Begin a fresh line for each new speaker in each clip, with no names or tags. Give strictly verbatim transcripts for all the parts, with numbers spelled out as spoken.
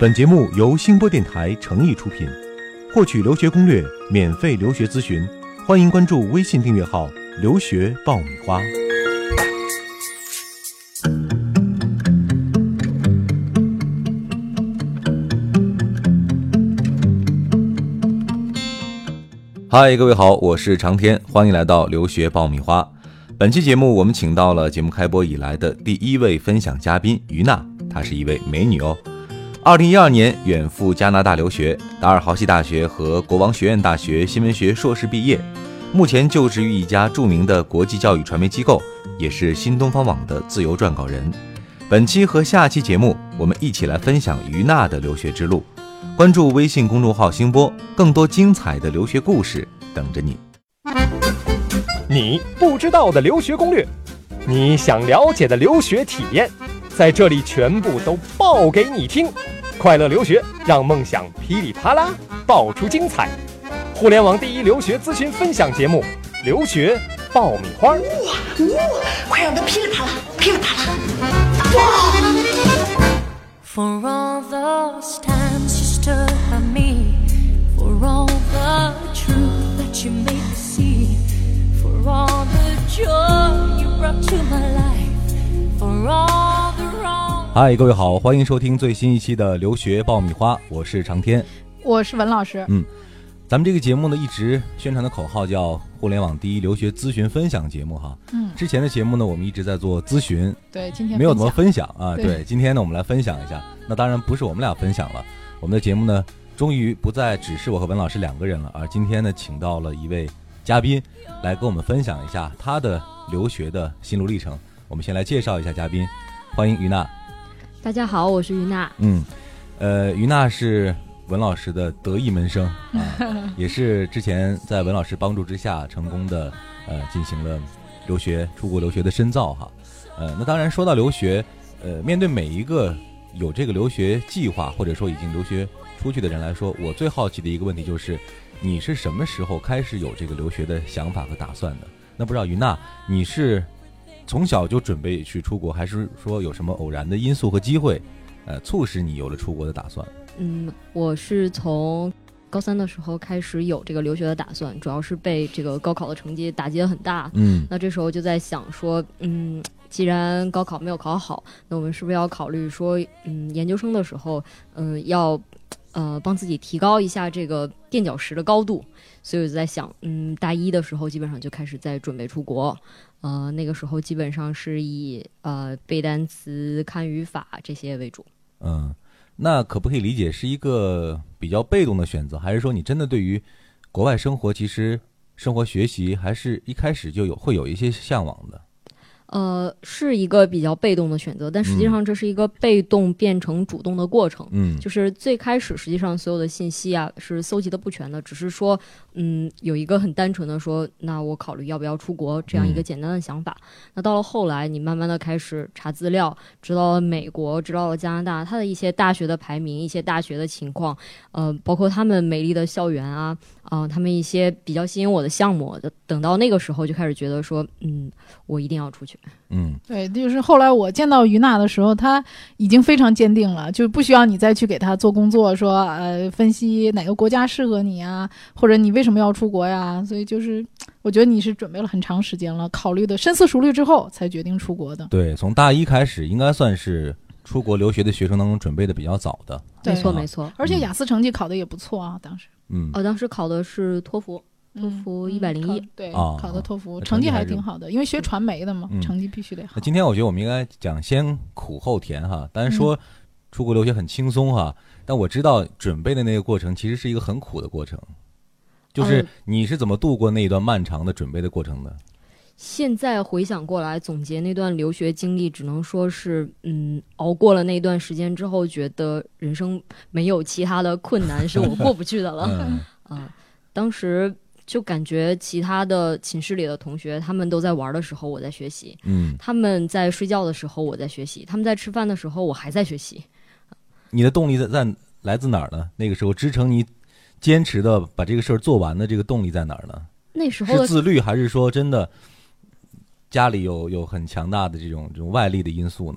本节目由星波电台诚意出品，获取留学攻略、免费留学咨询，欢迎关注微信订阅号“留学爆米花”。嗨，各位好，我是长天，欢迎来到留学爆米花。本期节目我们请到了节目开播以来的第一位分享嘉宾于娜，她是一位美女哦。二零一二年远赴加拿大留学，达尔豪西大学和国王学院大学新闻学硕士毕业，目前就职于一家著名的国际教育传媒机构，也是新东方网的自由撰稿人。本期和下期节目，我们一起来分享于娜的留学之路。关注微信公众号星波，更多精彩的留学故事等着你。
你不知道的留学攻略，你想了解的留学体验，在这里全部都爆给你听。快乐留学，让梦想噼里啪啦爆出精彩。互联网第一留学咨询分享节目《留学爆米花》。
哇哇，快让它噼里啪啦噼里啪啦！哇
For all those times you stood by me, for all the truth that you made me see, for all the joy you brought to my life, for all the wrong。
嗨，各位好，欢迎收听最新一期的留学爆米花，我是长天，
我是文老师。
嗯，咱们这个节目呢，一直宣传的口号叫互联网第一留学咨询分享节目哈。嗯，之前的节目呢，我们一直在做咨询，
对，今天
没有怎么分享啊。
对，
对，今天呢，我们来分享一下。那当然不是我们俩分享了，我们的节目呢，终于不再只是我和文老师两个人了，而今天呢，请到了一位嘉宾来跟我们分享一下他的留学的心路历程。我们先来介绍一下嘉宾，欢迎于娜。
大家好，我是于娜。
嗯，呃，于娜是文老师的得意门生啊，也是之前在文老师帮助之下成功的呃进行了留学出国留学的深造哈。呃，那当然说到留学，呃，面对每一个有这个留学计划或者说已经留学出去的人来说，我最好奇的一个问题就是，你是什么时候开始有这个留学的想法和打算的？那不知道于娜，你是从小就准备去出国，还是说有什么偶然的因素和机会，呃，促使你有了出国的打算？
嗯，我是从高三的时候开始有这个留学的打算，主要是被这个高考的成绩打击得很大。
嗯，
那这时候就在想说，嗯，既然高考没有考好，那我们是不是要考虑说，嗯，研究生的时候，嗯，要呃帮自己提高一下这个垫脚石的高度。所以我就在想，嗯，大一的时候基本上就开始在准备出国。呃，那个时候基本上是以呃背单词、看语法这些为主。
嗯，那可不可以理解是一个比较被动的选择，还是说你真的对于国外生活，其实生活学习还是一开始就有会有一些向往的？
呃，是一个比较被动的选择，但实际上这是一个被动变成主动的过程。嗯，就是最开始实际上所有的信息啊是搜集的不全的，只是说，嗯，有一个很单纯的说，那我考虑要不要出国这样一个简单的想法。嗯、那到了后来，你慢慢的开始查资料，知道了美国，知道了加拿大，它的一些大学的排名，一些大学的情况，呃，包括他们美丽的校园啊，啊、呃，他们一些比较吸引我的项目，等到那个时候就开始觉得说，嗯，我一定要出去。
嗯，
对，就是后来我见到于娜的时候，她已经非常坚定了，就不需要你再去给她做工作，说呃分析哪个国家适合你啊，或者你为什么要出国呀。所以就是我觉得你是准备了很长时间了，考虑的深思熟虑之后才决定出国的。
对，从大一开始应该算是出国留学的学生当中准备的比较早的。
没错没错，
而且雅思成绩考的也不错啊，当时。
嗯，哦，当时考的是托福。托福一百零一，
对、
哦，
考的托福，成绩还挺好的，因为学传媒的嘛，嗯、成绩必须得好。
那今天我觉得我们应该讲先苦后甜哈，当然说出国留学很轻松哈，嗯、但我知道准备的那个过程其实是一个很苦的过程，就是你是怎么度过那一段漫长的准备的过程的？呃、
现在回想过来，总结那段留学经历，只能说是，嗯，熬过了那段时间之后，觉得人生没有其他的困难是我过不去的了。嗯、呃，当时。就感觉其他的寝室里的同学，他们都在玩的时候我在学习，嗯，他们在睡觉的时候我在学习，他们在吃饭的时候我还在学习。
你的动力在在来自哪儿呢？那个时候支撑你坚持的把这个事儿做完的这个动力在哪儿呢？
那时候
是自律，还是说真的家里有有很强大的这种这种外力的因素呢？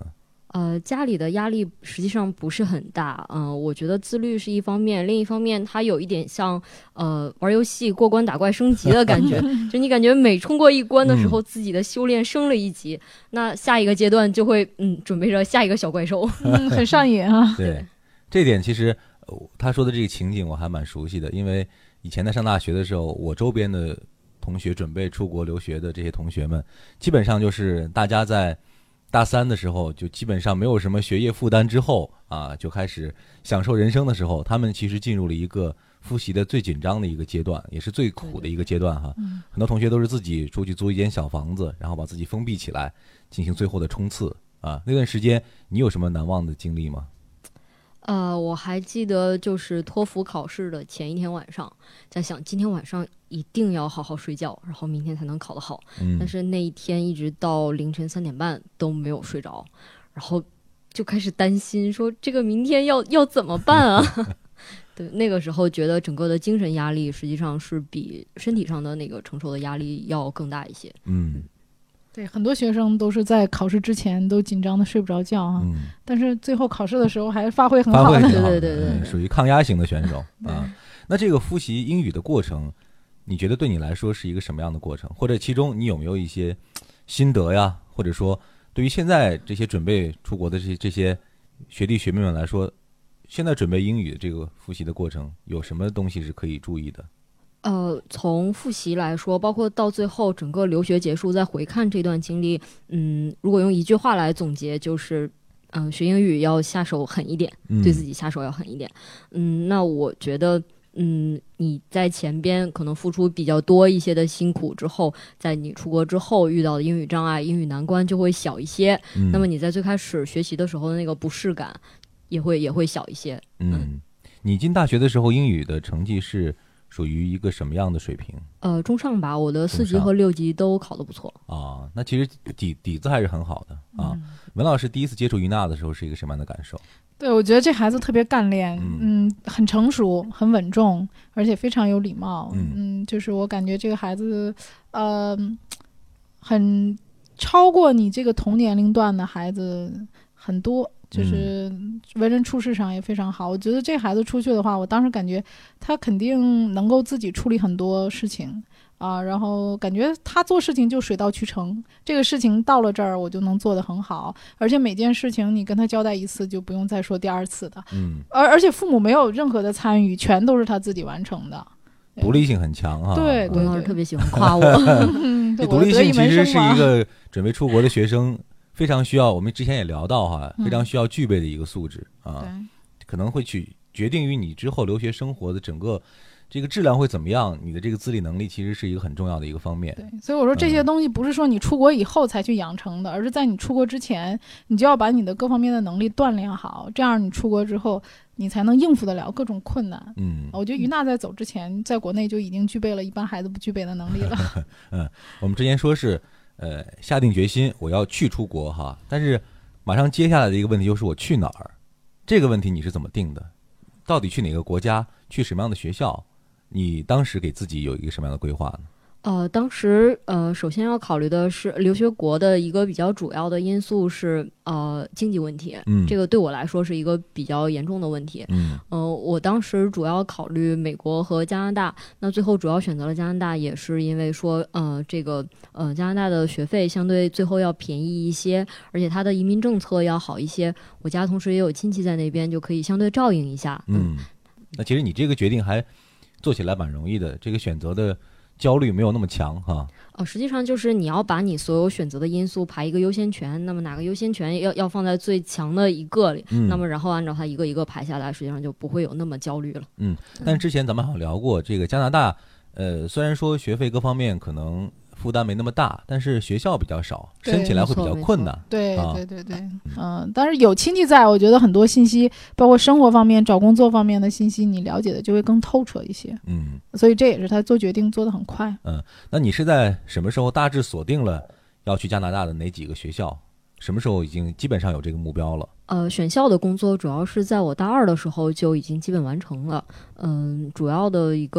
呃，家里的压力实际上不是很大，嗯、呃，我觉得自律是一方面，另一方面它有一点像呃玩游戏过关打怪升级的感觉，就你感觉每冲过一关的时候，嗯、自己的修炼升了一级，那下一个阶段就会嗯准备着下一个小怪兽，
嗯，很上瘾啊。
对，这点其实、呃、他说的这个情景我还蛮熟悉的，因为以前在上大学的时候，我周边的同学准备出国留学的这些同学们，基本上就是大家在大三的时候就基本上没有什么学业负担之后啊，就开始享受人生的时候，他们其实进入了一个复习的最紧张的一个阶段，也是最苦的一个阶段哈。嗯、很多同学都是自己出去租一间小房子，然后把自己封闭起来，进行最后的冲刺啊。那段时间你有什么难忘的经历吗？
呃，我还记得就是托福考试的前一天晚上，在想今天晚上一定要好好睡觉，然后明天才能考得好。嗯、但是那一天一直到凌晨三点半都没有睡着，然后就开始担心说这个明天要要怎么办啊？对，那个时候觉得整个的精神压力实际上是比身体上的那个承受的压力要更大一些。
嗯。
对，很多学生都是在考试之前都紧张的睡不着觉啊，嗯、但是最后考试的时候还发挥很好的，
对
对对对，
嗯、属于抗压型的选手啊。那这个复习英语的过程，你觉得对你来说是一个什么样的过程？或者其中你有没有一些心得呀？或者说，对于现在这些准备出国的这些这些学弟学妹们来说，现在准备英语的这个复习的过程，有什么东西是可以注意的？
呃，从复习来说，包括到最后整个留学结束再回看这段经历，嗯，如果用一句话来总结，就是嗯、呃，学英语要下手狠一点，
嗯、
对自己下手要狠一点。嗯，那我觉得嗯，你在前边可能付出比较多一些的辛苦之后，在你出国之后遇到的英语障碍、英语难关就会小一些。嗯、那么你在最开始学习的时候的那个不适感也会也会小一些。
嗯，嗯你进大学的时候英语的成绩是属于一个什么样的水平？
呃，中上吧，我的四级和六级都考得不错
啊。那其实底底子还是很好的啊。嗯、文老师第一次接触于娜的时候是一个什么样的感受？
对，我觉得这孩子特别干练，嗯，嗯很成熟，很稳重，而且非常有礼貌。嗯, 嗯就是我感觉这个孩子，呃，很超过你这个同年龄段的孩子很多。就是为人处事上也非常好，我觉得这孩子出去的话，我当时感觉他肯定能够自己处理很多事情啊，然后感觉他做事情就水到渠成，这个事情到了这儿我就能做得很好，而且每件事情你跟他交代一次就不用再说第二次的，嗯，而而且父母没有任何的参与，全都是他自己完成的，
独立性很强哈。
对，
文老师特别喜欢夸我。
这独立性其实是一个准备出国的学生非常需要，我们之前也聊到哈，非常需要具备的一个素质、嗯、啊，可能会去决定于你之后留学生活的整个这个质量会怎么样，你的这个自理能力其实是一个很重要的一个方面。
对，所以我说这些东西不是说你出国以后才去养成的、嗯、而是在你出国之前，你就要把你的各方面的能力锻炼好，这样你出国之后你才能应付得了各种困难。嗯，我觉得于娜在走之前在国内就已经具备了一般孩子不具备的能力了。
嗯，我们之前说是呃，下定决心我要去出国哈，但是马上接下来的一个问题就是我去哪儿？这个问题你是怎么定的？到底去哪个国家？去什么样的学校？你当时给自己有一个什么样的规划呢？
呃，当时呃，首先要考虑的是留学国的一个比较主要的因素是呃经济问题，嗯，这个对我来说是一个比较严重的问题，嗯，呃，我当时主要考虑美国和加拿大，那最后主要选择了加拿大，也是因为说呃这个呃加拿大的学费相对最后要便宜一些，而且它的移民政策要好一些，我家同时也有亲戚在那边，就可以相对照应一下。
嗯，嗯那其实你这个决定还做起来蛮容易的，这个选择的焦虑没有那么强哈。
哦，实际上就是你要把你所有选择的因素排一个优先权，那么哪个优先权要要放在最强的一个里、嗯、那么然后按照它一个一个排下来，实际上就不会有那么焦虑了。
嗯，但是之前咱们好像聊过，这个加拿大呃虽然说学费各方面可能负担没那么大，但是学校比较少，申起来会比较困难。
对、啊、对对对，嗯，但是有亲戚在，我觉得很多信息，包括生活方面、找工作方面的信息，你了解的就会更透彻一些。嗯，所以这也是他做决定做得很快。
嗯，那你是在什么时候大致锁定了要去加拿大的哪几个学校？什么时候已经基本上有这个目标了？
呃，选校的工作主要是在我大二的时候就已经基本完成了。嗯，主要的一个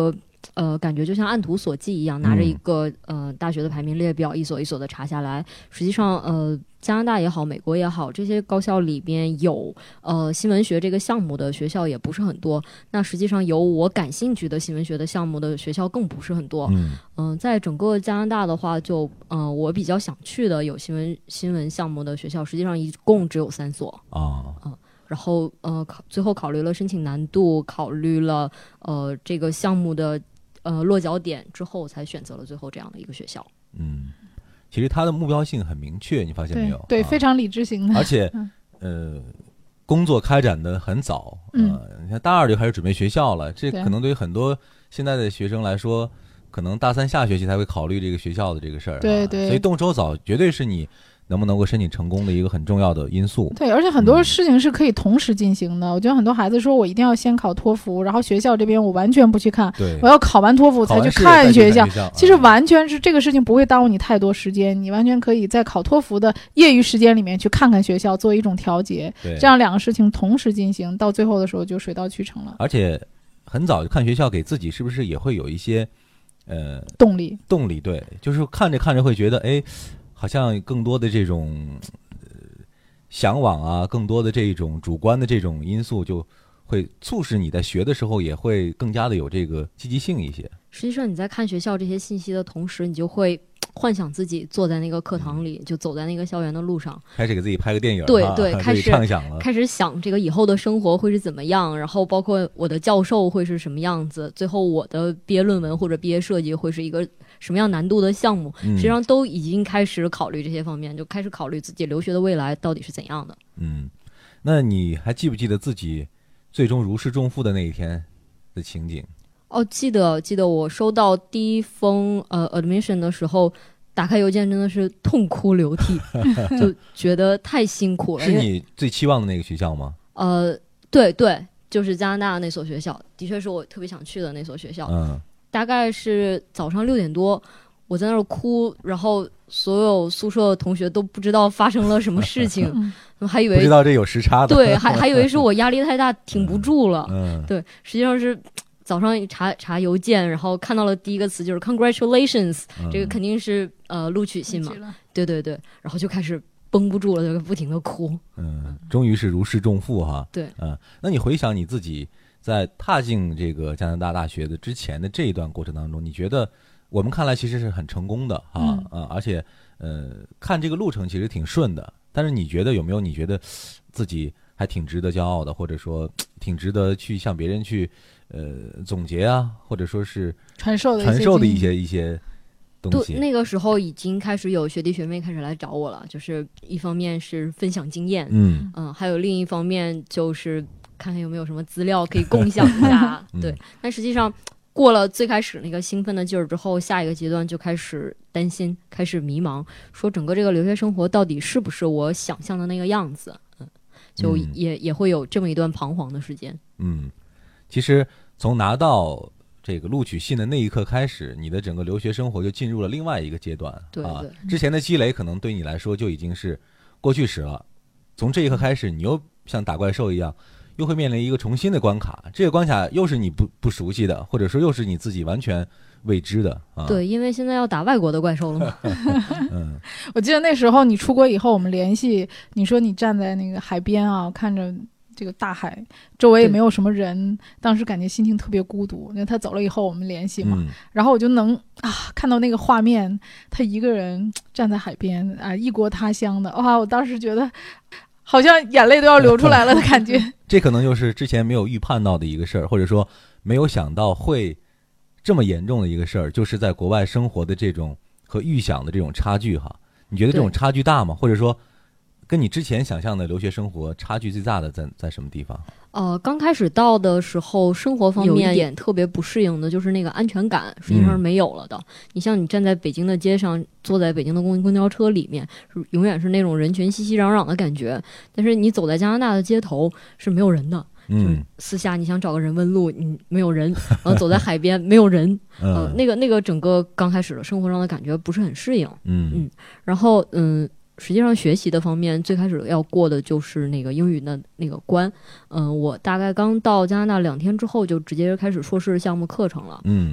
呃，感觉就像按图索骥一样，拿着一个、嗯、呃大学的排名列表，一所一所的查下来。实际上，呃，加拿大也好，美国也好，这些高校里边有呃新闻学这个项目的学校也不是很多。那实际上有我感兴趣的新闻学的项目的学校更不是很多。嗯、呃，在整个加拿大的话就，呃我比较想去的有新闻新闻项目的学校，实际上一共只有三所啊。嗯、呃然后呃考最后考虑了申请难度，考虑了呃这个项目的呃落脚点之后，才选择了最后这样的一个学校。嗯，
其实他的目标性很明确，你发现没有？
对，对
啊、
非常理智型的。
而且、嗯、呃，工作开展的很早，呃、嗯，你看大二就开始准备学校了，这可能对于很多现在的学生来说，可能大三下学期才会考虑这个学校的这个事儿。
对对，
所以动手早绝对是你能不能够申请成功的一个很重要的因素。
对，而且很多事情是可以同时进行的。嗯、我觉得很多孩子说我一定要先考托福，然后学校这边我完全不去看，
对，
我要考完托福才去看学校。
学校
其实完全是这个事情不会耽误你太多时间，嗯、你完全可以在考托福的业余时间里面去看看学校，做一种调节。这样两个事情同时进行，到最后的时候就水到渠成了。
而且很早就看学校，给自己是不是也会有一些呃
动力？动
力对，就是看着看着会觉得哎。好像更多的这种、呃、向往啊，更多的这种主观的这种因素，就会促使你在学的时候也会更加的有这个积极性一些。
实际上你在看学校这些信息的同时，你就会幻想自己坐在那个课堂里，嗯、就走在那个校园的路上，
开始给自己拍个电影，
对对，开始
畅想了，
开始想这个以后的生活会是怎么样，然后包括我的教授会是什么样子，最后我的毕业论文或者毕业设计会是一个什么样难度的项目，
嗯、
实际上都已经开始考虑这些方面，就开始考虑自己留学的未来到底是怎样的。
嗯，那你还记不记得自己最终如释重负的那一天的情景？
哦，记得记得，我收到第一封呃 admission 的时候，打开邮件真的是痛哭流涕，就觉得太辛苦了。
是你最期望的那个学校吗？
呃，对对，就是加拿大的那所学校，的确是我特别想去的那所学校。
嗯，
大概是早上六点多，我在那儿哭，然后所有宿舍的同学都不知道发生了什么事情，还以为
不知道这有时差的，
对，还还以为是我压力太大挺不住了。
嗯，
对，实际上是。早上查查邮件，然后看到了第一个词就是 congratulations，、嗯、这个肯定是呃录取信嘛，对对对，然后就开始绷不住了，就不停的哭。
嗯，终于是如释重负哈。
对，
嗯，那你回想你自己在踏进这个加拿大大学的之前的这一段过程当中，你觉得我们看来其实是很成功的啊，嗯、呃，而且呃看这个路程其实挺顺的，但是你觉得有没有你觉得自己还挺值得骄傲的，或者说挺值得去向别人去呃总结啊，或者说是
传授的
传授的一些一些东西？
对，那个时候已经开始有学弟学妹开始来找我了，就是一方面是分享经验，
嗯
嗯、呃，还有另一方面就是看看有没有什么资料可以共享一下。
嗯、
对，但实际上过了最开始那个兴奋的劲儿之后，下一个阶段就开始担心，开始迷茫，说整个这个留学生活到底是不是我想象的那个样子？嗯，就也、嗯、也会有这么一段彷徨的时间。
嗯，其实从拿到这个录取信的那一刻开始，你的整个留学生活就进入了另外一个阶段。
对对、
啊，之前的积累可能对你来说就已经是过去时了。从这一刻开始，你又像打怪兽一样，又会面临一个重新的关卡。这个关卡又是你不不熟悉的，或者说又是你自己完全未知的。啊、
对，因为现在要打外国的怪兽了嘛。
嗯，
我记得那时候你出国以后，我们联系，你说你站在那个海边啊，看着这个大海，周围也没有什么人，当时感觉心情特别孤独。那他走了以后，我们联系嘛，
嗯、
然后我就能啊看到那个画面，他一个人站在海边啊，异国他乡的，哇！我当时觉得好像眼泪都要流出来了的感觉。
这可能就是之前没有预判到的一个事儿，或者说没有想到会这么严重的一个事儿，就是在国外生活的这种和预想的这种差距哈。你觉得这种差距大吗？或者说跟你之前想象的留学生活差距最大的在在什么地方？
呃，刚开始到的时候，生活方面有一点特别不适应的，就是那个安全感实际上是没有了的。嗯、你像你站在北京的街上，坐在北京的公公交车里面，永远是那种人群熙熙攘攘的感觉。但是你走在加拿大的街头是没有人的。
嗯，
私下你想找个人问路，你没有人，然后走在海边没有人，呃，
嗯，
那个那个整个刚开始的生活上的感觉不是很适应，
嗯
嗯，然后嗯，实际上学习的方面最开始要过的就是那个英语的那个关，嗯、呃，我大概刚到加拿大两天之后就直接开始硕士项目课程了，
嗯，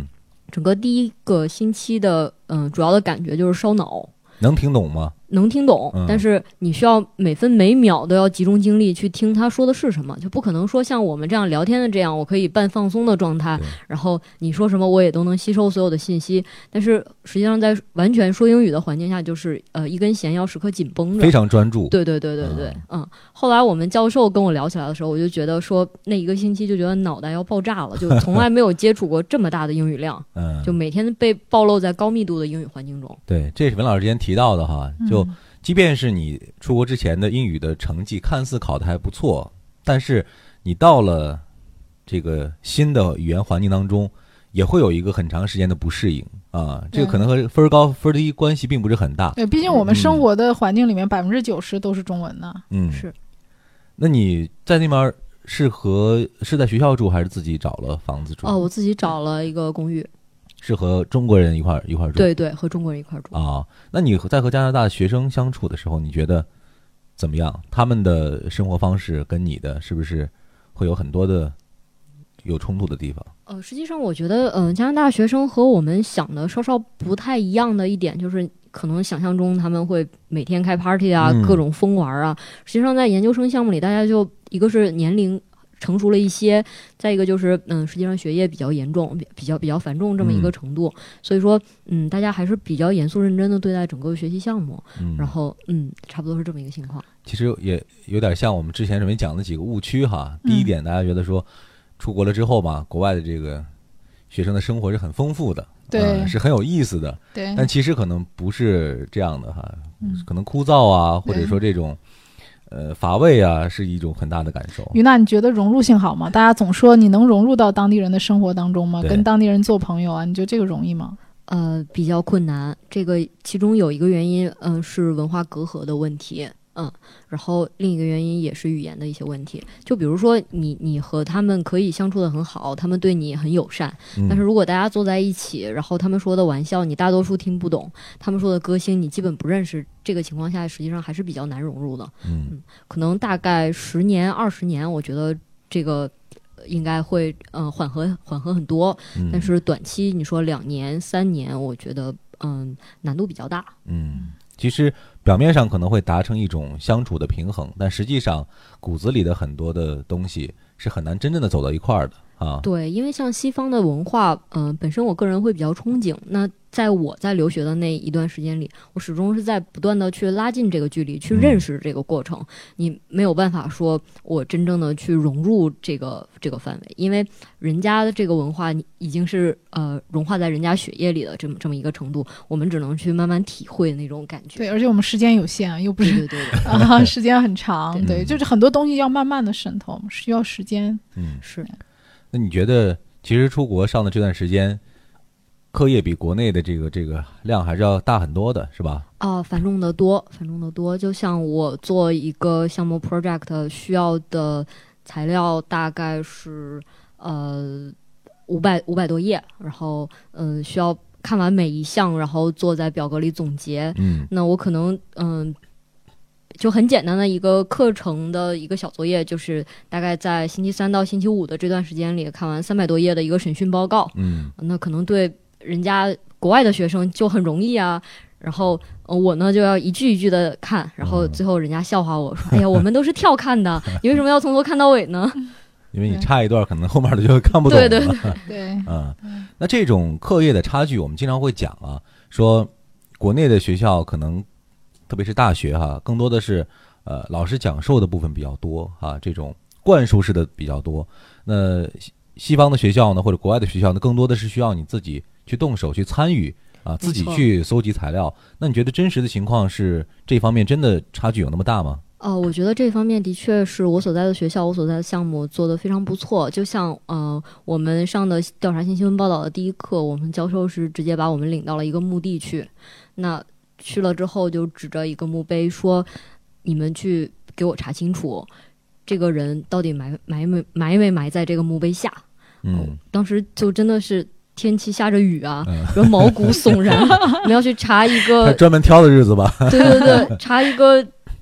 整个第一个星期的嗯、呃、主要的感觉就是烧脑。
能听懂吗？
能听懂、嗯，但是你需要每分每秒都要集中精力去听他说的是什么，就不可能说像我们这样聊天的这样，我可以半放松的状态，然后你说什么我也都能吸收所有的信息。但是实际上在完全说英语的环境下，就是呃一根弦要时刻紧绷着，
非常专注。
对对对对对，嗯。嗯后来我们教授跟我聊起来的时候，我就觉得说那一个星期就觉得脑袋要爆炸了，就从来没有接触过这么大的英语量，嗯，就每天被暴露在高密度的英语环境中。
对，这是文老师之前提到的哈，就。嗯即便是你出国之前的英语的成绩看似考得还不错，但是你到了这个新的语言环境当中，也会有一个很长时间的不适应啊。这个可能和分高分低关系并不是很大。
对，毕竟我们生活的环境里面百分之九十都是中文呢。
嗯，
是。
那你在那边是和是在学校住，还是自己找了房子住？
哦，我自己找了一个公寓。
是和中国人一块一块住？
对对，和中国人一块住
啊。那你在和加拿大学生相处的时候，你觉得怎么样？他们的生活方式跟你的是不是会有很多的有冲突的地方？
呃，实际上我觉得，嗯、呃，加拿大学生和我们想的稍稍不太一样的一点，就是可能想象中他们会每天开 party 啊，嗯、各种疯玩啊。实际上，在研究生项目里，大家就一个是年龄成熟了一些，再一个就是嗯，实际上学业比较严重，比较比较繁重这么一个程度，嗯、所以说嗯，大家还是比较严肃认真的对待整个学习项目，嗯、然后嗯，差不多是这么一个情况。
其实也有点像我们之前准备讲的几个误区哈。第一点，大家觉得说出国了之后嘛，国外的这个学生的生活是很丰富的，
对、
呃，是很有意思的，
对。
但其实可能不是这样的哈，嗯、可能枯燥啊，或者说这种。呃，乏味啊，是一种很大的感受。
于娜，你觉得融入性好吗？大家总说你能融入到当地人的生活当中吗？跟当地人做朋友啊，你觉得这个容易吗？
呃，比较困难。这个其中有一个原因，嗯、呃，是文化隔阂的问题。嗯，然后另一个原因也是语言的一些问题，就比如说你你和他们可以相处得很好，他们对你很友善，嗯、但是如果大家坐在一起，然后他们说的玩笑你大多数听不懂，他们说的歌星你基本不认识，这个情况下实际上还是比较难融入的。嗯，嗯可能大概十年二十年，我觉得这个应该会呃缓和缓和很多，嗯、但是短期你说两年三年，我觉得嗯难度比较大。
嗯。其实表面上可能会达成一种相处的平衡，但实际上骨子里的很多的东西是很难真正的走到一块儿的啊。
对，因为像西方的文化，嗯、呃，本身我个人会比较憧憬。那在我在留学的那一段时间里，我始终是在不断的去拉近这个距离，去认识这个过程。嗯、你没有办法说我真正的去融入这个这个范围，因为人家的这个文化已经是呃融化在人家血液里的这么这么一个程度，我们只能去慢慢体会那种感觉。
对，而且我们时间有限，又不是
对对对对
啊，时间很长，对，对就是很多东西要慢慢的渗透，需要时间。
嗯，
是。
那你觉得，其实出国上的这段时间，课业比国内的这个这个量还是要大很多的，是吧？
啊、呃，繁重的多，繁重的多。就像我做一个项目 project 需要的材料大概是呃五百五百多页，然后嗯、呃、需要看完每一项，然后做在表格里总结。嗯，那我可能嗯。呃就很简单的一个课程的一个小作业，就是大概在星期三到星期五的这段时间里看完三百多页的一个审讯报告。嗯，那可能对人家国外的学生就很容易啊。然后、呃、我呢就要一句一句的看，然后最后人家笑话我说：“哎呀，我们都是跳看的，你为什么要从头看到尾呢？”
因为你差一段，可能后面的就看不懂了。
对对
对对，
嗯，那这种课业的差距，我们经常会讲啊，说国内的学校可能。特别是大学哈，更多的是呃老师讲授的部分比较多哈，这种灌输式的比较多。那西方的学校呢，或者国外的学校呢，更多的是需要你自己去动手去参与啊，自己去搜集材料。那你觉得真实的情况是这方面真的差距有那么大吗？
呃，我觉得这方面的确是我所在的学校，我所在的项目做得非常不错。就像呃我们上的调查性新闻报道的第一课，我们教授是直接把我们领到了一个墓地去，那。去了之后就指着一个墓碑说：“你们去给我查清楚，这个人到底埋埋没埋没埋在这个墓碑下。”嗯，当时就真的是天气下着雨啊，然后毛骨悚然。我们要去查一个
专门挑的日子吧？
对对对，查一个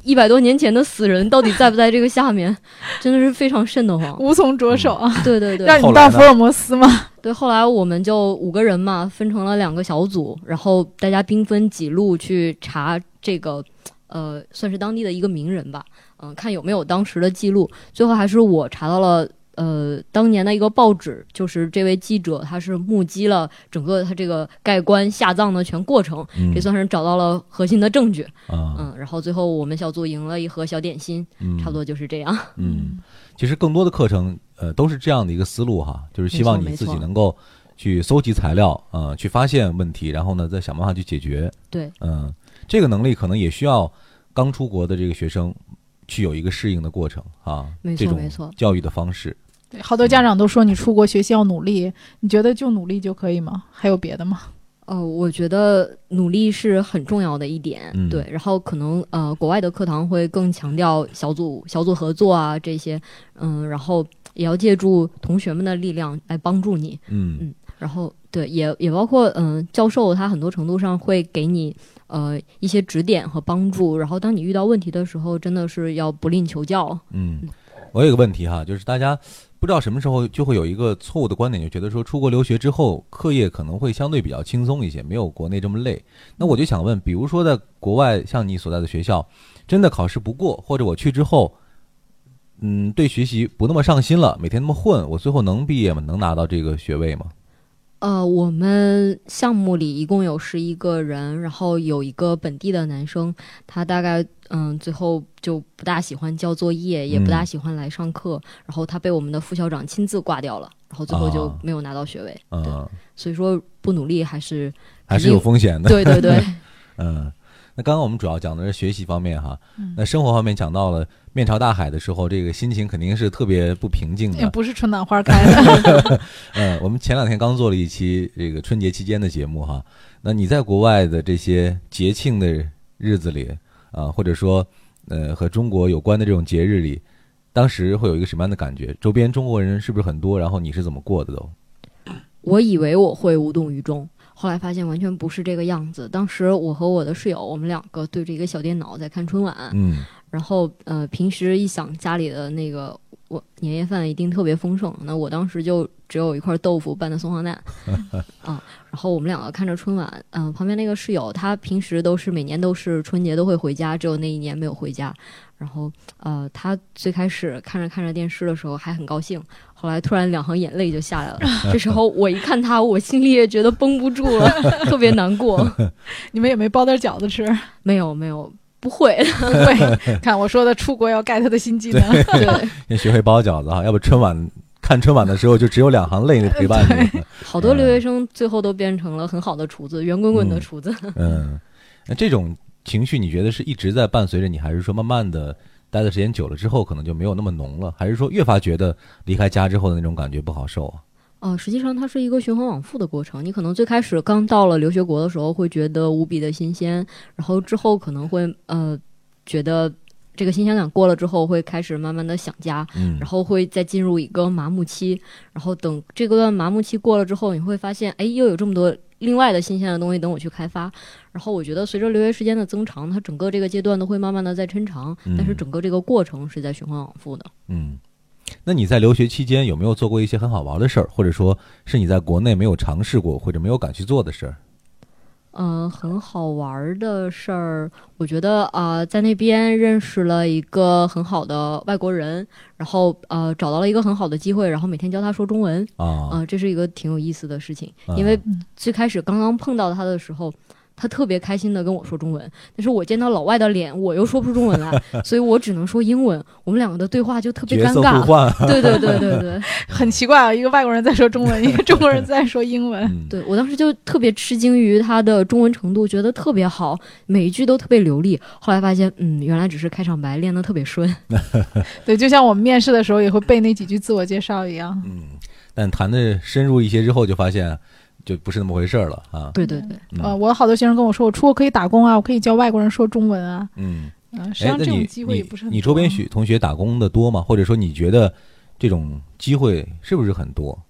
一百多年前的死人到底在不在这个下面，真的是非常瘆得慌，
无从着手啊。
嗯、对对对，
让你到福尔摩斯吗？
对，后来我们就五个人嘛，分成了两个小组，然后大家兵分几路去查这个，呃，算是当地的一个名人吧，嗯、呃，看有没有当时的记录。最后还是我查到了。呃，当年的一个报纸，就是这位记者他是目击了整个他这个盖棺下葬的全过程，嗯、这算是找到了核心的证据。啊、嗯，然后最后我们小组赢了一盒小点心，嗯、差不多就是这样。
嗯，其实更多的课程，呃，都是这样的一个思路哈，就是希望你自己能够去搜集材料，呃，去发现问题，然后呢，再想办法去解决。
对，
嗯，这个能力可能也需要刚出国的这个学生去有一个适应的过程啊，
没错没错，
教育的方式。
好多家长都说你出国学习要努力，你觉得就努力就可以吗？还有别的吗？
呃，我觉得努力是很重要的一点，嗯、对。然后可能呃，国外的课堂会更强调小组小组合作啊这些，嗯，然后也要借助同学们的力量来帮助你，嗯嗯。然后对，也也包括嗯、呃，教授他很多程度上会给你呃一些指点和帮助。然后当你遇到问题的时候，真的是要不吝求教。
嗯，我有个问题哈，就是大家。不知道什么时候就会有一个错误的观点，就觉得说出国留学之后课业可能会相对比较轻松一些，没有国内这么累。那我就想问，比如说在国外像你所在的学校真的考试不过，或者我去之后嗯，对学习不那么上心了，每天那么混，我最后能毕业吗？能拿到这个学位吗？
呃，我们项目里一共有十一个人，然后有一个本地的男生，他大概嗯最后就不大喜欢交作业，也不大喜欢来上课，嗯、然后他被我们的副校长亲自挂掉了，然后最后就没有拿到学位。啊、对，所以说不努力还是
还是有风险的。
对对对，
嗯。那刚刚我们主要讲的是学习方面哈，嗯、那生活方面讲到了面朝大海的时候，这个心情肯定是特别不平静的，
也不是春暖花开的。
嗯，我们前两天刚做了一期这个春节期间的节目哈，那你在国外的这些节庆的日子里啊，或者说呃和中国有关的这种节日里，当时会有一个什么样的感觉？周边中国人是不是很多？然后你是怎么过的都？
我以为我会无动于衷。后来发现完全不是这个样子。当时我和我的室友，我们两个对着一个小电脑在看春晚，嗯，然后呃，平时一想家里的那个我年夜饭一定特别丰盛，那我当时就只有一块豆腐拌的松花蛋啊。然后我们两个看着春晚，嗯、呃，旁边那个室友他平时都是每年都是春节都会回家，只有那一年没有回家。然后呃，他最开始看着看着电视的时候还很高兴。后来突然两行眼泪就下来了，这时候我一看他，我心里也觉得绷不住了，特别难过。
你们也没包点饺子吃？
没有没有，不会
不会。看我说的，出国要盖他的新技能。
对，
先学会包饺子哈，要不春晚看春晚的时候就只有两行泪陪伴你。
好多留学生最后都变成了很好的厨子，圆滚滚的厨子。
嗯，那这种情绪你觉得是一直在伴随着你，还是说慢慢的？待的时间久了之后可能就没有那么浓了，还是说越发觉得离开家之后的那种感觉不好受啊？
呃，实际上它是一个循环往复的过程。你可能最开始刚到了留学国的时候会觉得无比的新鲜，然后之后可能会呃觉得这个新鲜感过了之后会开始慢慢的想家，嗯，然后会再进入一个麻木期，然后等这个段麻木期过了之后，你会发现哎又有这么多另外的新鲜的东西等我去开发。然后我觉得随着留学时间的增长，它整个这个阶段都会慢慢的在抻长，嗯、但是整个这个过程是在循环往复的。
嗯，那你在留学期间有没有做过一些很好玩的事儿，或者说是你在国内没有尝试过或者没有敢去做的事儿？
呃，很好玩的事儿，我觉得啊、呃，在那边认识了一个很好的外国人，然后呃找到了一个很好的机会，然后每天教他说中文啊，啊、呃，这是一个挺有意思的事情，啊、因为最开始刚刚碰到他的时候，他特别开心的跟我说中文，但是我见到老外的脸，我又说不出中文来，所以我只能说英文，我们两个的对话就特别尴尬。角色互换。对对对对对，
很奇怪啊，一个外国人在说中文，一个中国人在说英文。
嗯、对，我当时就特别吃惊于他的中文程度，觉得特别好，每一句都特别流利。后来发现，嗯，原来只是开场白练得特别顺。
对，就像我们面试的时候也会背那几句自我介绍一样。
嗯，但谈的深入一些之后，就发现。就不是那么回事了啊！
对对对，
嗯、呃，我有好多学生跟我说，我出国可以打工啊，我可以教外国人说中文啊。嗯，呃、实际上这种机会也不是很多。
你周边学同学打工的多吗？或者说你觉得这种机会是不是很多？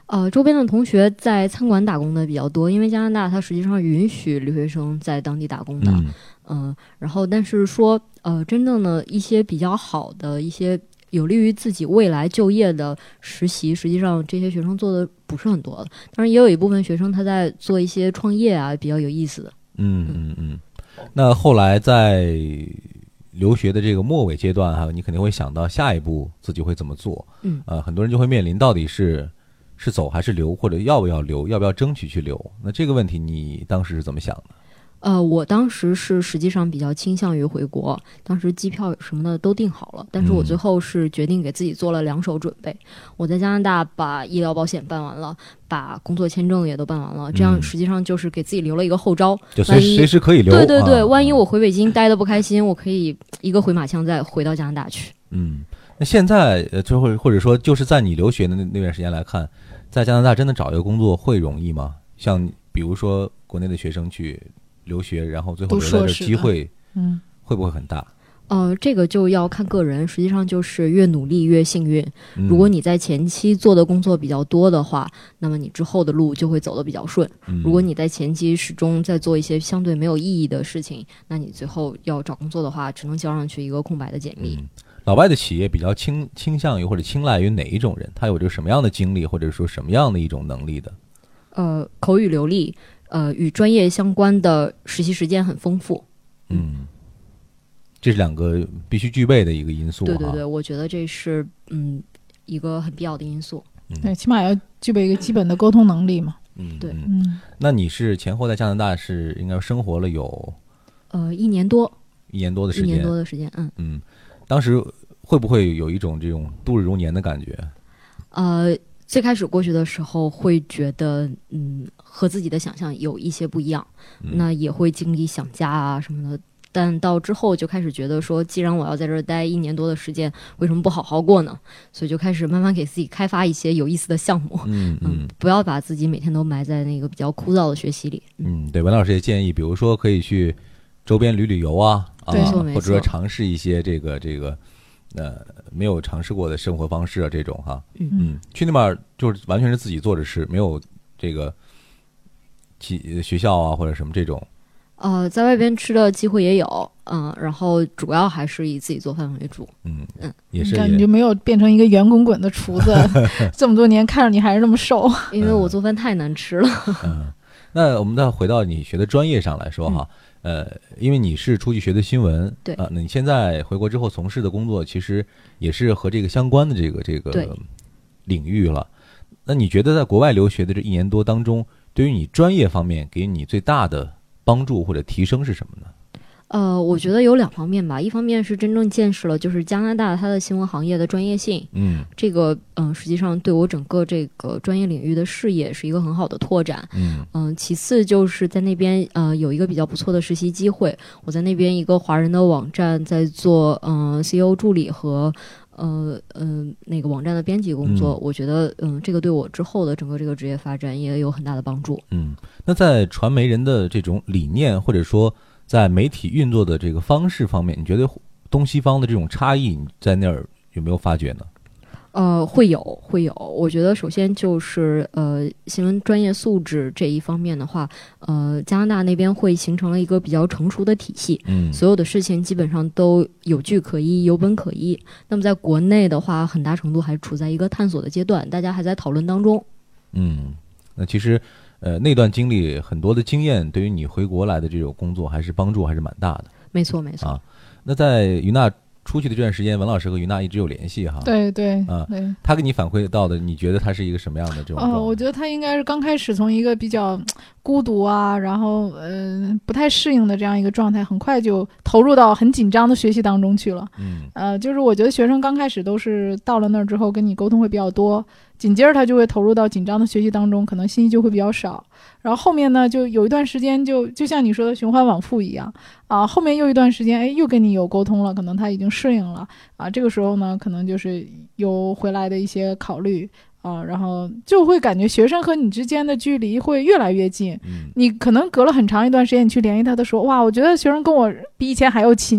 呃，周边的同学在餐馆打工的比较多，因为加拿大它实际上允许留学生在当地打工的，嗯、呃，然后但是说，呃，真正的一些比较好的一些有利于自己未来就业的实习，实际上这些学生做的不是很多的，当然也有一部分学生他在做一些创业啊，比较有意思的。
嗯嗯嗯。那后来在留学的这个末尾阶段哈，你肯定会想到下一步自己会怎么做。
嗯，
呃，很多人就会面临到底是。是走还是留，或者要不要留，要不要争取去留？那这个问题你当时是怎么想的？
呃，我当时是实际上比较倾向于回国，当时机票什么的都订好了，但是我最后是决定给自己做了两手准备。嗯、我在加拿大把医疗保险办完了，把工作签证也都办完了，这样实际上就是给自己留了一个后招，
就随随时可以留。
对对对，
啊、
万一我回北京待得不开心，我可以一个回马枪再回到加拿大去。
嗯，那现在呃，就会或者说就是在你留学的那那段时间来看。在加拿大真的找一个工作会容易吗？像比如说国内的学生去留学，然后最后留在这机会，嗯，会不会很大？
呃，这个就要看个人，实际上就是越努力越幸运。如果你在前期做的工作比较多的话，那么你之后的路就会走得比较顺。嗯、如果你在前期始终在做一些相对没有意义的事情，那你最后要找工作的话，只能交上去一个空白的简历。
嗯，老外的企业比较倾倾向于或者青睐于哪一种人？他有这个什么样的经历，或者说什么样的一种能力的？
呃，口语流利，呃，与专业相关的实习时间很丰富。
嗯，这是两个必须具备的一个因素。
对对对，我觉得这是嗯一个很必要的因素。
嗯、对，起码要具备一个基本的沟通能力嘛。
嗯，
对，
嗯。
那你是前后在加拿大是应该生活了有
呃一年多，
一年多的时间，
一年多的时间，嗯
嗯。当时会不会有一种这种度日如年的感觉？
呃，最开始过去的时候会觉得，嗯，和自己的想象有一些不一样，嗯、那也会经历想家啊什么的。但到之后就开始觉得说，既然我要在这儿待一年多的时间，为什么不好好过呢？所以就开始慢慢给自己开发一些有意思的项目，
嗯 嗯,
嗯，不要把自己每天都埋在那个比较枯燥的学习里。
嗯，对，文老师也建议，比如说可以去周边旅旅游啊，啊，或者说尝试一些这个这个呃没有尝试过的生活方式啊，这种哈，
嗯
嗯，去那边就是完全是自己做着吃，没有这个其学校啊或者什么这种。
呃，在外边吃的机会也有，嗯，然后主要还是以自己做饭为主。
嗯
嗯，
也是，
你就没有变成一个圆滚滚的厨子，这么多年看着你还是那么瘦，
因为我做饭太难吃了。
嗯，那我们再回到你学的专业上来说哈，嗯、呃，因为你是出去学的新闻，
对
啊、呃，那你现在回国之后从事的工作其实也是和这个相关的这个这个领域了。那你觉得在国外留学的这一年多当中，对于你专业方面给你最大的帮助或者提升是什么呢？
呃，我觉得有两方面吧，一方面是真正见识了就是加拿大它的新闻行业的专业性，
嗯，
这个嗯、呃，实际上对我整个这个专业领域的视野是一个很好的拓展，
嗯
嗯、呃，其次就是在那边呃有一个比较不错的实习机会，我在那边一个华人的网站在做嗯、呃、C E O 助理和呃嗯、呃、那个网站的编辑工作，
嗯、
我觉得嗯、呃、这个对我之后的整个这个职业发展也有很大的帮助。
嗯，那在传媒人的这种理念或者说在媒体运作的这个方式方面，你觉得东西方的这种差异，你在那儿有没有发觉呢？
呃，会有，会有。我觉得首先就是呃，新闻专业素质这一方面的话，呃，加拿大那边会形成了一个比较成熟的体系，
嗯，
所有的事情基本上都有据可依，有本可依。那么在国内的话，很大程度还处在一个探索的阶段，大家还在讨论当中。
嗯，那其实。呃，那段经历很多的经验，对于你回国来的这种工作还是帮助还是蛮大的。
没错，没错。
啊，那在于娜出去的这段时间，文老师和于娜一直有联系哈。
对对
啊，
对。
他给你反馈到的，你觉得他是一个什么样的这种状态？
哦，我觉得他应该是刚开始从一个比较孤独啊，然后呃不太适应的这样一个状态，很快就投入到很紧张的学习当中去了。
嗯。
呃，就是我觉得学生刚开始都是到了那儿之后跟你沟通会比较多。紧接着他就会投入到紧张的学习当中，可能信息就会比较少。然后后面呢，就有一段时间就就像你说的循环往复一样啊。后面又一段时间，哎，又跟你有沟通了，可能他已经适应了啊。这个时候呢，可能就是有回来的一些考虑啊，然后就会感觉学生和你之间的距离会越来越近。
嗯，
你可能隔了很长一段时间，你去联系他的时候，哇，我觉得学生跟我比以前还要亲。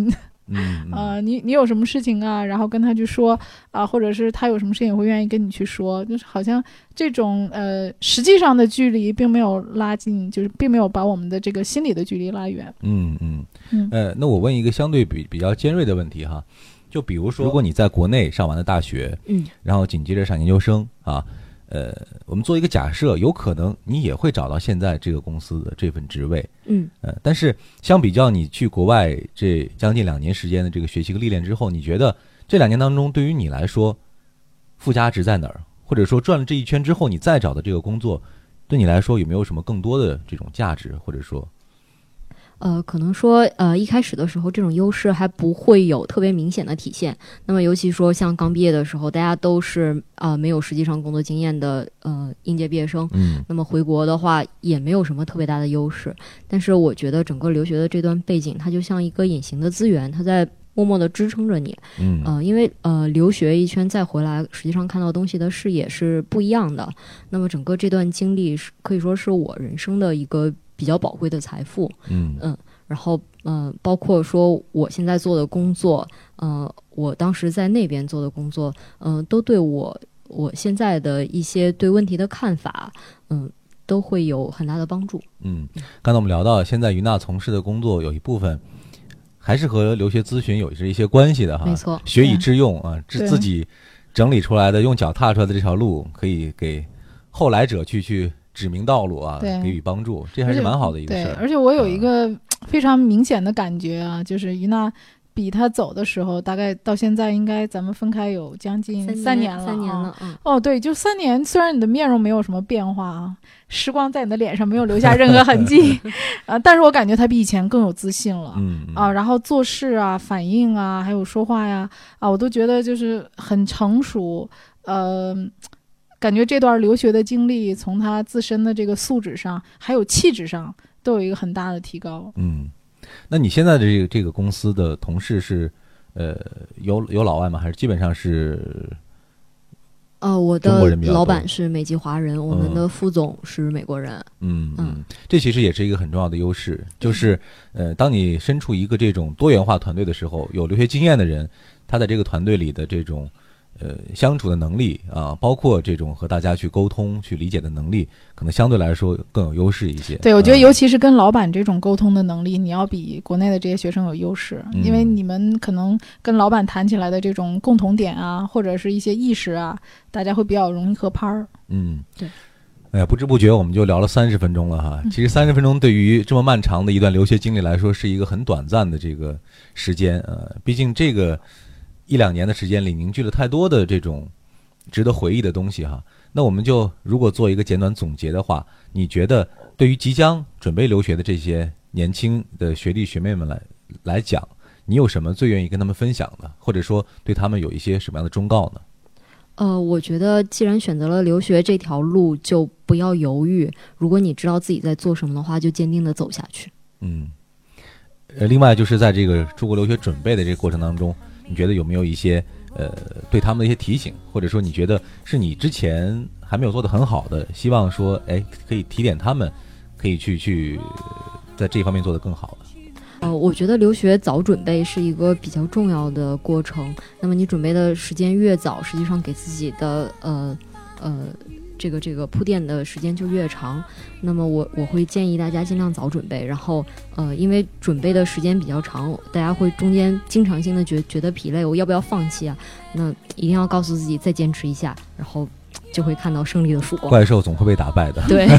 嗯，
呃，你你有什么事情啊，然后跟他去说啊、呃，或者是他有什么事情也会愿意跟你去说，就是好像这种呃实际上的距离并没有拉近，就是并没有把我们的这个心理的距离拉远。
嗯嗯嗯，呃，那我问一个相对比比较尖锐的问题哈，就比如说，如果你在国内上完了大学，嗯，然后紧接着上研究生啊。呃，我们做一个假设，有可能你也会找到现在这个公司的这份职位，嗯，呃，但是相比较你去国外这将近两年时间的这个学习和历练之后，你觉得这两年当中对于你来说，附加值在哪儿？或者说转了这一圈之后，你再找的这个工作，对你来说有没有什么更多的这种价值？或者说？
呃，可能说，呃，一开始的时候，这种优势还不会有特别明显的体现。那么，尤其说像刚毕业的时候，大家都是啊、呃、没有实际上工作经验的呃应届毕业生，嗯，那么回国的话也没有什么特别大的优势。但是我觉得整个留学的这段背景，它就像一个隐形的资源，它在默默地支撑着你，嗯，呃，因为呃留学一圈再回来，实际上看到东西的视野是不一样的。那么整个这段经历是可以说是我人生的一个比较宝贵的财富，嗯嗯，然后呃，包括说我现在做的工作，呃，我当时在那边做的工作，嗯、呃，都对我我现在的一些对问题的看法，嗯、呃，都会有很大的帮助。
嗯，刚才我们聊到，现在于娜从事的工作有一部分还是和留学咨询有着一些关系的哈，
没错，
学以致用啊，自自己整理出来的，用脚踏出来的这条路，可以给后来者去去。指明道路啊，给予帮助，这还是蛮好的一个事儿。
对，而且我有一个非常明显的感觉啊，就是于娜比他走的时候，大概到现在应该咱们分开有将近三年了，
三年了。嗯，
哦，对，就三年。虽然你的面容没有什么变化啊，时光在你的脸上没有留下任何痕迹啊，但是我感觉他比以前更有自信了。嗯啊，然后做事啊、反应啊，还有说话呀啊，我都觉得就是很成熟。呃。感觉这段留学的经历，从他自身的这个素质上，还有气质上，都有一个很大的提高。
嗯，那你现在的这个这个公司的同事是，呃，有有老外吗？还是基本上是？
呃，我的老板是美籍华人，我们的副总是美国人。
嗯嗯，这其实也是一个很重要的优势，就是呃，当你身处一个这种多元化团队的时候，有留学经验的人，他在这个团队里的这种。呃，相处的能力啊，包括这种和大家去沟通、去理解的能力，可能相对来说更有优势一些。
对，我觉得尤其是跟老板这种沟通的能力，嗯、你要比国内的这些学生有优势，嗯、因为你们可能跟老板谈起来的这种共同点啊，或者是一些意识啊，大家会比较容易合拍儿。
嗯，对。
哎呀，不知不觉我们就聊了三十分钟了哈。其实三十分钟对于这么漫长的一段留学经历来说，是一个很短暂的这个时间。呃，毕竟这个。一两年的时间里凝聚了太多的这种值得回忆的东西哈，那我们就如果做一个简短总结的话，你觉得对于即将准备留学的这些年轻的学弟学妹们来来讲，你有什么最愿意跟他们分享的，或者说对他们有一些什么样的忠告呢？
呃，我觉得既然选择了留学这条路，就不要犹豫，如果你知道自己在做什么的话，就坚定地走下去。
嗯，呃，另外就是在这个出国留学准备的这个过程当中，你觉得有没有一些呃对他们的一些提醒，或者说你觉得是你之前还没有做得很好的，希望说哎可以提点他们，可以去去在这方面做得更好的？
呃，我觉得留学早准备是一个比较重要的过程。那么你准备的时间越早，实际上给自己的呃呃这个这个铺垫的时间就越长。那么我我会建议大家尽量早准备，然后呃因为准备的时间比较长，大家会中间经常性的觉觉得疲累，我要不要放弃啊？那一定要告诉自己再坚持一下，然后就会看到胜利的曙光。
怪兽总会被打败的。
对。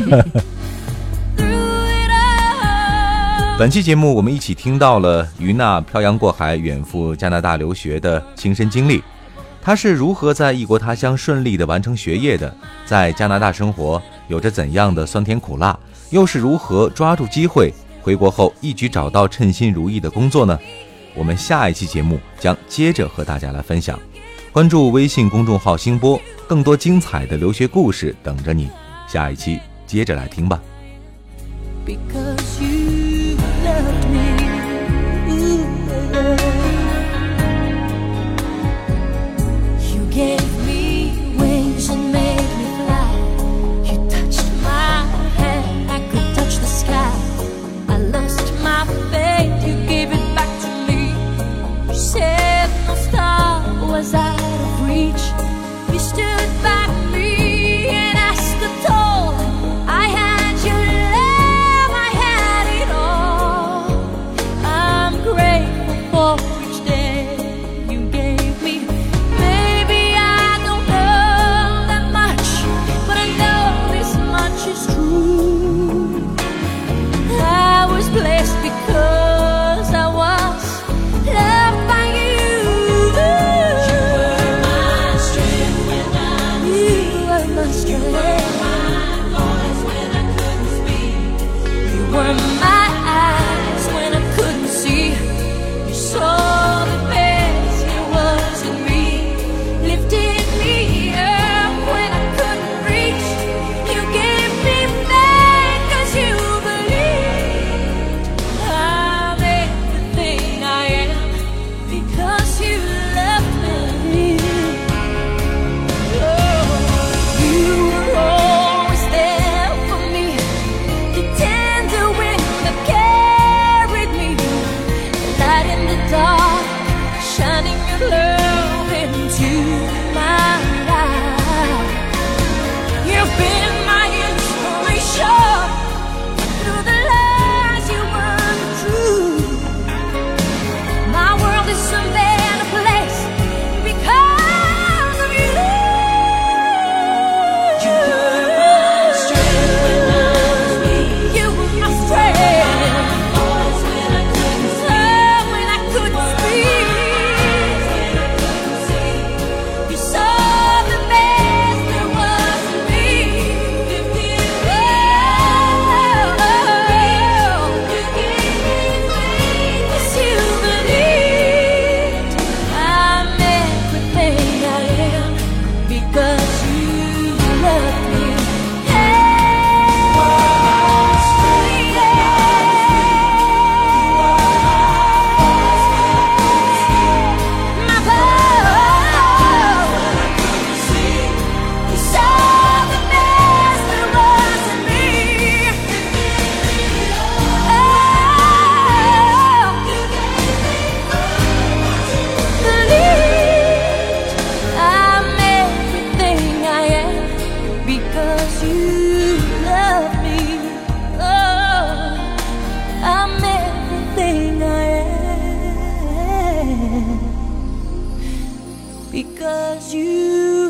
本期节目我们一起听到了于娜漂洋过海远赴加拿大留学的亲身经历，她是如何在异国他乡顺利地完成学业的，在加拿大生活有着怎样的酸甜苦辣，又是如何抓住机会回国后一举找到称心如意的工作呢？我们下一期节目将接着和大家来分享。关注微信公众号星波，更多精彩的留学故事等着你，下一期接着来听吧。
reach. You stood by me and I stood tall. I had your love, I had it all. I'm grateful for each day you gave me. Maybe I don't know that much, but I know this much is true. I was blessed because I was loved by you. You were my strength when I was weak. You were my strength. You were my voice when I couldn't speak. You were my eyes when I couldn't see. You saw the best there was in me. Lifted me up when I couldn't reach. You gave me faith 'cause you believed. I'm everything I am because you loved me. Oh, you were always there for me, the tender wind that carried me, light in the dark, shining your love into my life. You've been my inspiration through the lies you weren't true. My world is a better place because of you. You were my strength when I was weak. You were my strength. Voice when I couldn't speak. When I couldn't speak. You saw the best there was in me. Oh, you gave me faith 'cause you believed. I'm everything I am because you love me. Hey, my love. You saw the best there was in me. Oh, believed. I'm everything I am because you love me. Oh, I'm everything I am because you